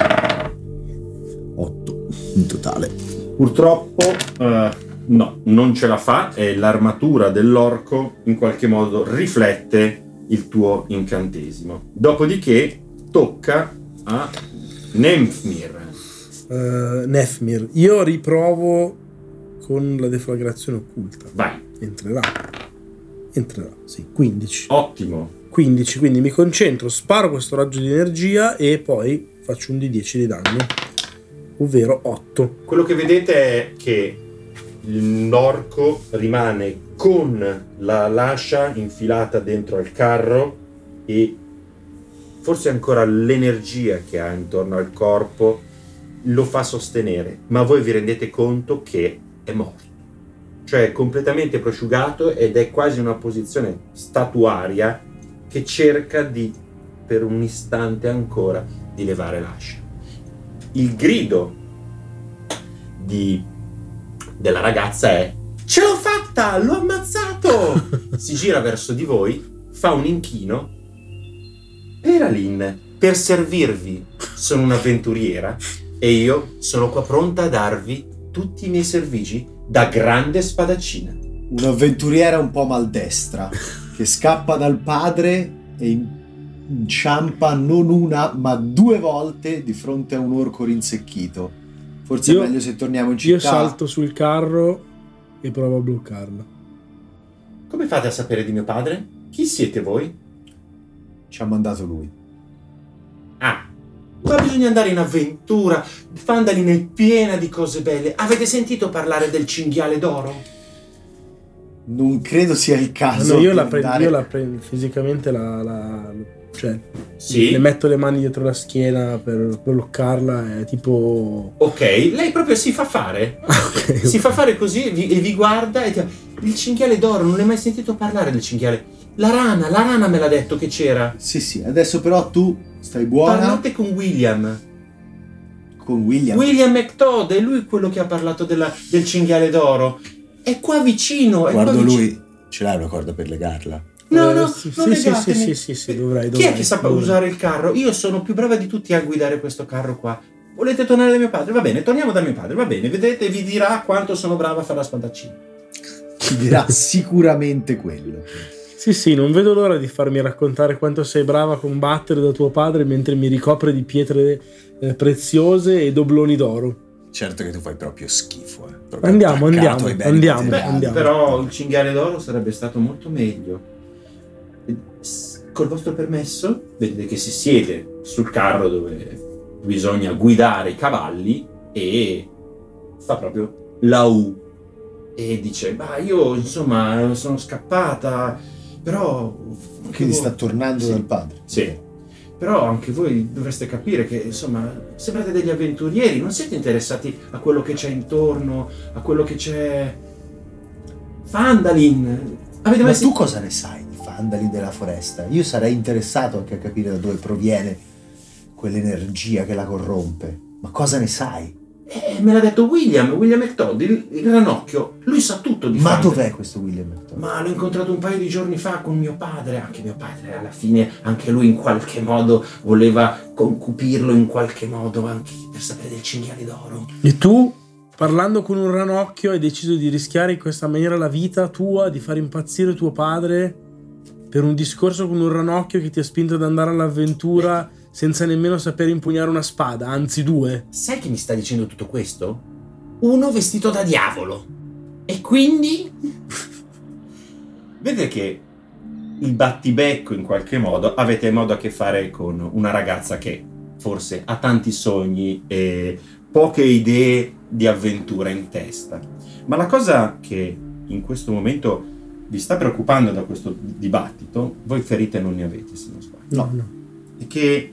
otto in totale. Purtroppo eh, no, non ce la fa e l'armatura dell'orco in qualche modo riflette il tuo incantesimo. Dopodiché tocca a Nefmir. Uh, Nefmir, io riprovo con la deflagrazione occulta. Vai. Entrerà. Entrerà, sì, quindici. Ottimo. quindici, quindi mi concentro, sparo questo raggio di energia e poi faccio un di dieci di danno, ovvero otto. Quello che vedete è che l'orco rimane con la lascia infilata dentro al carro e forse ancora l'energia che ha intorno al corpo lo fa sostenere, ma voi vi rendete conto che è morto, cioè è completamente prosciugato ed è quasi una posizione statuaria che cerca di, per un istante ancora, di levare l'ascia. Il grido di, della ragazza è: ce l'ho fatta, l'ho ammazzato! Si gira verso di voi, fa un inchino. Peralin, per servirvi sono un'avventuriera e io sono qua pronta a darvi tutti i miei servigi da grande spadaccina. un'avventuriera un po' maldestra che scappa dal padre e inciampa non una ma due volte di fronte a un orco rinsecchito. Forse Io- è meglio se torniamo in città. Io salto sul carro e provo a bloccarla. Come fate a sapere di mio padre? Chi siete voi? Ci ha mandato lui. Ah, ma bisogna andare in avventura. Fandalin è piena di cose belle. Avete sentito parlare del cinghiale d'oro? Non credo sia il caso. No, io, di la prendo, andare- io la prendo fisicamente, la, la- cioè Sì. le metto le mani dietro la schiena per bloccarla. È tipo. Ok, lei proprio si fa fare. Ok, Si ok. fa fare così e vi, e vi guarda e ti... Il cinghiale d'oro, non hai mai sentito parlare del cinghiale? La rana, la rana me l'ha detto che c'era. Sì, sì, adesso però tu stai buona Parlate con William. con William. William McTodd, è lui quello che ha parlato della- del cinghiale d'oro. È qua vicino. È Guardo qua vicino. lui, ce l'hai una corda per legarla? No, Eh, no, sì, non sì, sì, legatemi. sì, sì, sì, sì, dovrei, Chi dovrei, è che sa dovrei. usare il carro? Io sono più brava di tutti a guidare questo carro qua. Volete tornare da mio padre? Va bene, torniamo da mio padre, va bene. Vedete, vi dirà quanto sono brava a fare la spadaccina. Ti dirà sicuramente quello. Sì, sì, non vedo l'ora di farmi raccontare quanto sei brava a combattere da tuo padre mentre mi ricopre di pietre eh, preziose e dobloni d'oro. Certo che tu fai proprio schifo. Eh. Proprio Andiamo, attaccato andiamo, ai beni andiamo, materiali. andiamo. Però il cinghiale d'oro sarebbe stato molto meglio. S- Col vostro permesso, vedete che si siede sul carro dove bisogna guidare i cavalli e fa proprio la U. E dice, ma io insomma sono scappata, però... anche Quindi voi- sta tornando Sì. dal padre. Sì, però anche voi dovreste capire che insomma sembrate degli avventurieri, non siete interessati a quello che c'è intorno, a quello che c'è... Fandalin! Avete Ma mai tu sentito? cosa ne sai di Fandali della foresta? Io sarei interessato anche a capire da dove proviene quell'energia che la corrompe. Ma cosa ne sai? Eh, me l'ha detto William, William McTodd, il, il ranocchio. Lui sa tutto di Ma Fandalin. dov'è questo William McTodd? Ma l'ho incontrato un paio di giorni fa con mio padre, anche mio padre alla fine, anche lui in qualche modo voleva concupirlo in qualche modo, anche per sapere del cinghiale d'oro. E tu, parlando con un ranocchio, hai deciso di rischiare in questa maniera la vita tua, di far impazzire tuo padre per un discorso con un ranocchio che ti ha spinto ad andare all'avventura senza nemmeno sapere impugnare una spada, anzi due. Sai chi mi sta dicendo tutto questo? Uno vestito da diavolo. E quindi... Vedete che il battibecco in qualche modo avete modo a che fare con una ragazza che forse ha tanti sogni e poche idee di avventura in testa. Ma la cosa che in questo momento vi sta preoccupando da questo dibattito, voi ferite non ne avete se non sbaglio, No, no. è che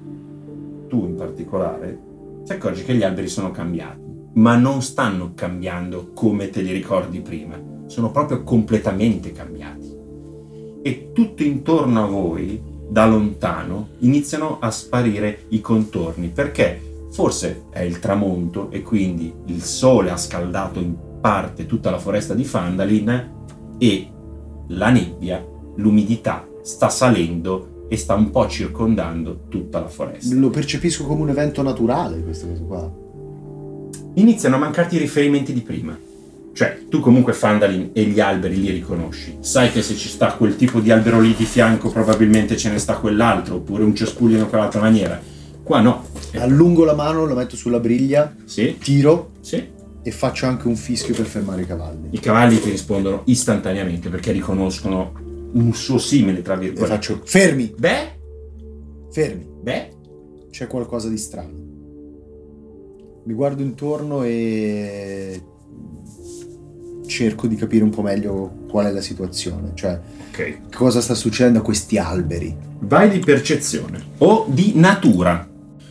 tu in particolare ti accorgi che gli alberi sono cambiati, ma non stanno cambiando come te li ricordi prima, sono proprio completamente cambiati. E tutto intorno a voi, da lontano, iniziano a sparire i contorni, perché forse è il tramonto e quindi il sole ha scaldato in parte tutta la foresta di Fandalin e la nebbia, l'umidità sta salendo e sta un po' circondando tutta la foresta. Lo percepisco come un evento naturale questa cosa qua. Iniziano a mancarti i riferimenti di prima. Cioè, tu comunque Fandalin e gli alberi li riconosci. Sai che se ci sta quel tipo di albero lì di fianco probabilmente ce ne sta quell'altro, oppure un cespuglio in quell'altra maniera. Qua no. Allungo la mano, lo metto sulla briglia, Sì, tiro sì. e faccio anche un fischio per fermare i cavalli. I cavalli ti rispondono istantaneamente perché riconoscono un suo simile, tra E virgolette. faccio fermi, Beh, fermi, beh, c'è qualcosa di strano. Mi guardo intorno e cerco di capire un po' meglio qual è la situazione, cioè ok. cosa sta succedendo a questi alberi. Vai di percezione o di natura.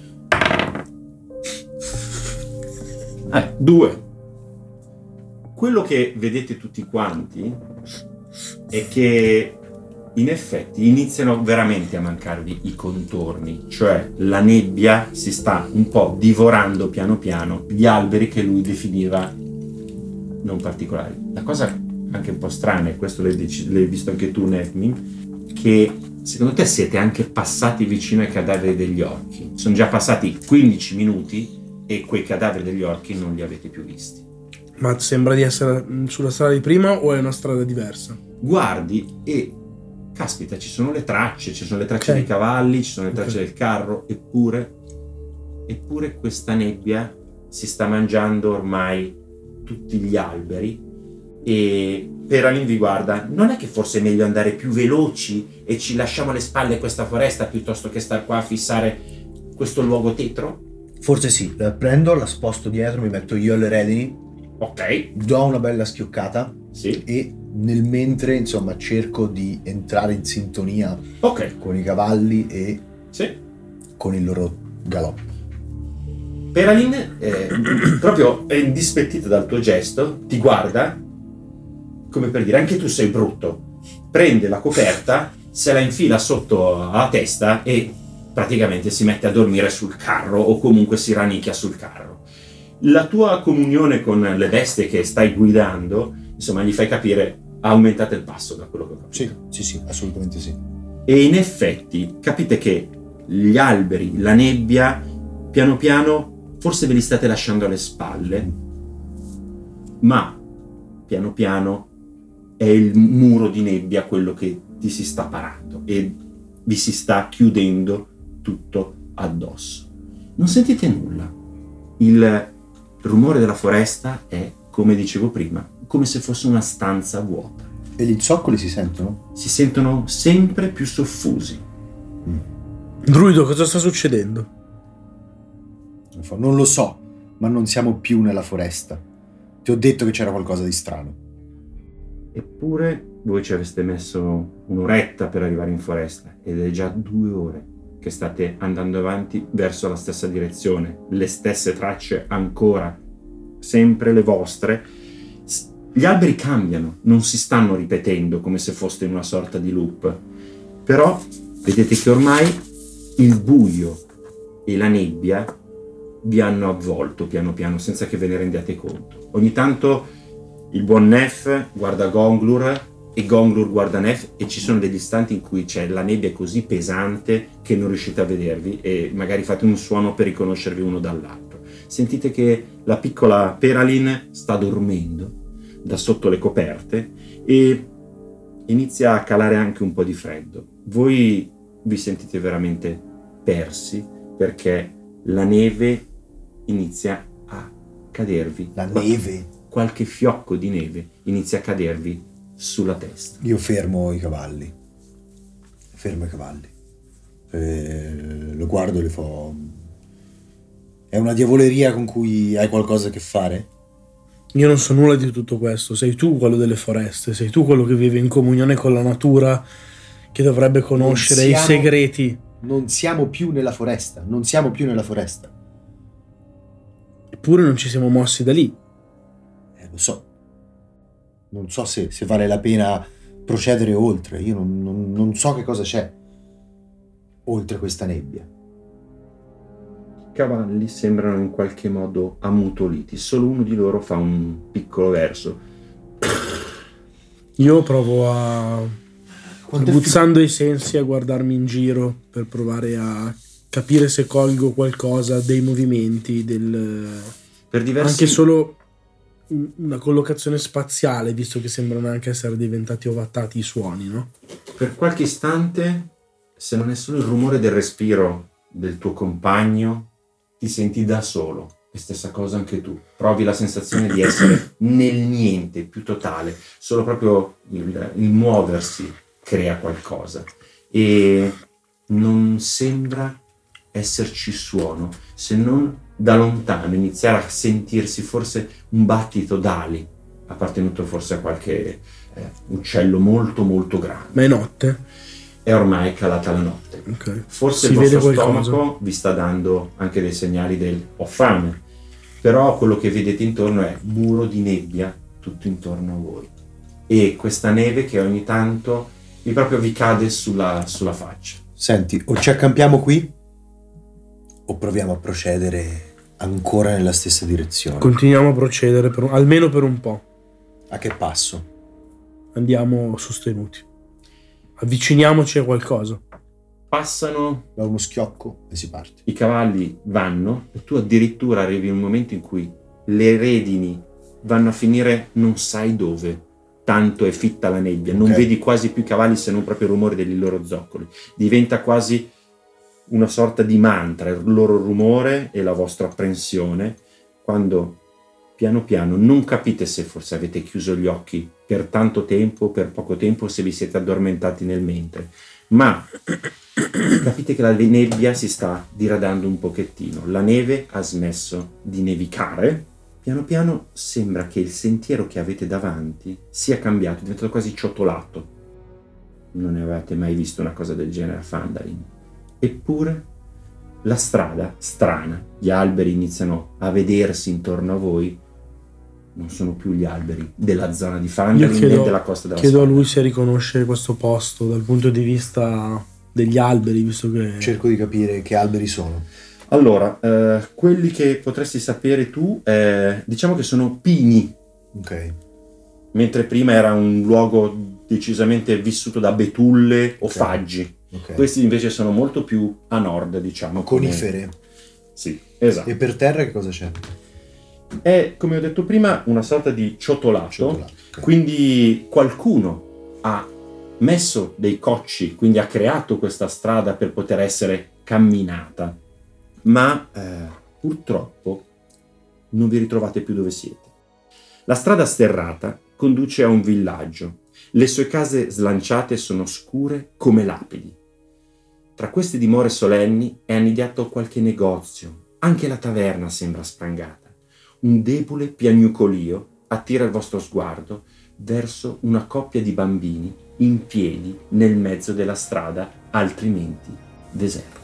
Eh, due. Quello che vedete tutti quanti è che in effetti iniziano veramente a mancarvi i contorni, cioè la nebbia si sta un po' divorando piano piano gli alberi che lui definiva non particolari. La cosa anche un po' strana, e questo l'hai, dec- l'hai visto anche tu, Nefmin, che secondo te siete anche passati vicino ai cadaveri degli orchi. Sono già passati quindici minuti e quei cadaveri degli orchi non li avete più visti. Ma sembra di essere sulla strada di prima o è una strada diversa? Guardi e caspita, ci sono le tracce, ci sono le tracce Okay. dei cavalli, ci sono le tracce Ok. del carro, eppure eppure questa nebbia si sta mangiando ormai tutti gli alberi. E Peralin vi guarda: non è che forse è meglio andare più veloci e ci lasciamo alle spalle questa foresta piuttosto che star qua a fissare questo luogo tetro? Forse sì, la prendo, la sposto dietro, mi metto io alle redini, Ok, do una bella schioccata sì, e nel mentre, insomma, cerco di entrare in sintonia ok, con i cavalli e sì. con il loro galoppo. Peralin, eh, proprio è indispettita dal tuo gesto, ti guarda come per dire: anche tu sei brutto. Prende la coperta, se la infila sotto la testa e praticamente si mette a dormire sul carro o comunque si rannicchia sul carro. La tua comunione con le bestie che stai guidando, insomma, gli fai capire, ha aumentato il passo da quello che ho capito. Sì, sì, sì, assolutamente sì. E in effetti capite che gli alberi, la nebbia, piano piano forse ve li state lasciando alle spalle, ma piano piano è il muro di nebbia quello che ti si sta parando e vi si sta chiudendo tutto addosso. Non sentite nulla. Il rumore della foresta è, come dicevo prima, come se fosse una stanza vuota. E gli zoccoli si sentono? Si sentono sempre più soffusi. Druido, cosa sta succedendo? Non lo so, ma non siamo più nella foresta. Ti ho detto che c'era qualcosa di strano. Eppure voi ci aveste messo un'oretta per arrivare in foresta ed è già due ore che state andando avanti verso la stessa direzione, le stesse tracce ancora, sempre le vostre. S- Gli alberi cambiano, non si stanno ripetendo come se foste in una sorta di loop, però vedete che ormai il buio e la nebbia vi hanno avvolto piano piano senza che ve ne rendiate conto. Ogni tanto il buon Nef guarda Gonglur e Gonglur guarda Nef e ci sono degli istanti in cui c'è la nebbia così pesante che non riuscite a vedervi e magari fate un suono per riconoscervi uno dall'altro. Sentite che la piccola Peralin sta dormendo da sotto le coperte e inizia a calare anche un po' di freddo. Voi vi sentite veramente persi perché la neve inizia a cadervi. La neve. Qualche fiocco di neve inizia a cadervi sulla testa. Io fermo i cavalli. Fermo i cavalli. E lo guardo e le fa... È una diavoleria con cui hai qualcosa a che fare? Io non so nulla di tutto questo. Sei tu quello delle foreste, sei tu quello che vive in comunione con la natura, che dovrebbe conoscere Non i siamo- segreti. Non siamo più nella foresta. Non siamo più nella foresta. Eppure non ci siamo mossi da lì. Eh, lo so. Non so se, se vale la pena procedere oltre. Io non, non- non so che cosa c'è oltre questa nebbia. I cavalli sembrano in qualche modo ammutoliti, solo uno di loro fa un piccolo verso. Io provo a, Quanto è buzzando i sensi, a guardarmi in giro per provare a capire se colgo qualcosa dei movimenti, del... Per diversi anche solo un- una collocazione spaziale, visto che sembrano anche essere diventati ovattati i suoni, no? Per qualche istante, se non è solo il rumore del respiro del tuo compagno, ti senti da solo. E stessa cosa anche tu. Provi la sensazione di essere nel niente, più totale. Solo proprio il, il muoversi crea qualcosa. E non sembra esserci suono, se non da lontano iniziare a sentirsi forse un battito d'ali, appartenuto forse a qualche eh, uccello molto molto grande. Ma è notte? È ormai calata la notte. Ok. Forse Si il vede vostro qualcosa. stomaco vi sta dando anche dei segnali del ho fame, però quello che vedete intorno è muro di nebbia tutto intorno a voi e questa neve che ogni tanto vi proprio vi cade sulla, sulla faccia. Senti, o ci accampiamo qui o proviamo a procedere ancora nella stessa direzione. Continuiamo a procedere per un- almeno per un po'. A che passo? Andiamo sostenuti. Avviciniamoci a qualcosa. Passano Da uno schiocco e si parte. i cavalli, vanno e tu addirittura arrivi in un momento in cui le redini vanno a finire non sai dove. Tanto è fitta la nebbia, non Okay. vedi quasi più i cavalli se non proprio il rumore dei loro zoccoli. Diventa quasi una sorta di mantra, il loro rumore e la vostra apprensione, quando piano piano non capite se forse avete chiuso gli occhi per tanto tempo, per poco tempo, se vi siete addormentati nel mentre, ma capite che la nebbia si sta diradando un pochettino, la neve ha smesso di nevicare. Piano piano sembra che il sentiero che avete davanti sia cambiato, è diventato quasi ciotolato. Non ne avevate mai visto una cosa del genere a Phandalin. Eppure la strada strana, gli alberi iniziano a vedersi intorno a voi, non sono più gli alberi della zona di Io Phandalin né chiedo, della costa della chiedo a Spada. lui se riconosce questo posto dal punto di vista degli alberi, visto che... Cerco di capire che alberi sono. Allora, eh, quelli che potresti sapere tu, eh, diciamo che sono pini, Ok. mentre prima era un luogo decisamente vissuto da betulle o Ok. faggi. Ok. Questi invece sono molto più a nord, diciamo. come- Conifere. Sì, esatto. E per terra che cosa c'è? È, come ho detto prima, una sorta di ciotolato. Ciottolato. Ok. Quindi qualcuno ha messo dei cocci, quindi ha creato questa strada per poter essere camminata. Ma eh, purtroppo non vi ritrovate più dove siete. La strada sterrata conduce a un villaggio. Le sue case slanciate sono scure come lapidi. Tra queste dimore solenni è annidato qualche negozio, anche la taverna sembra sprangata. Un debole piagnucolio attira il vostro sguardo verso una coppia di bambini in piedi nel mezzo della strada, altrimenti deserta.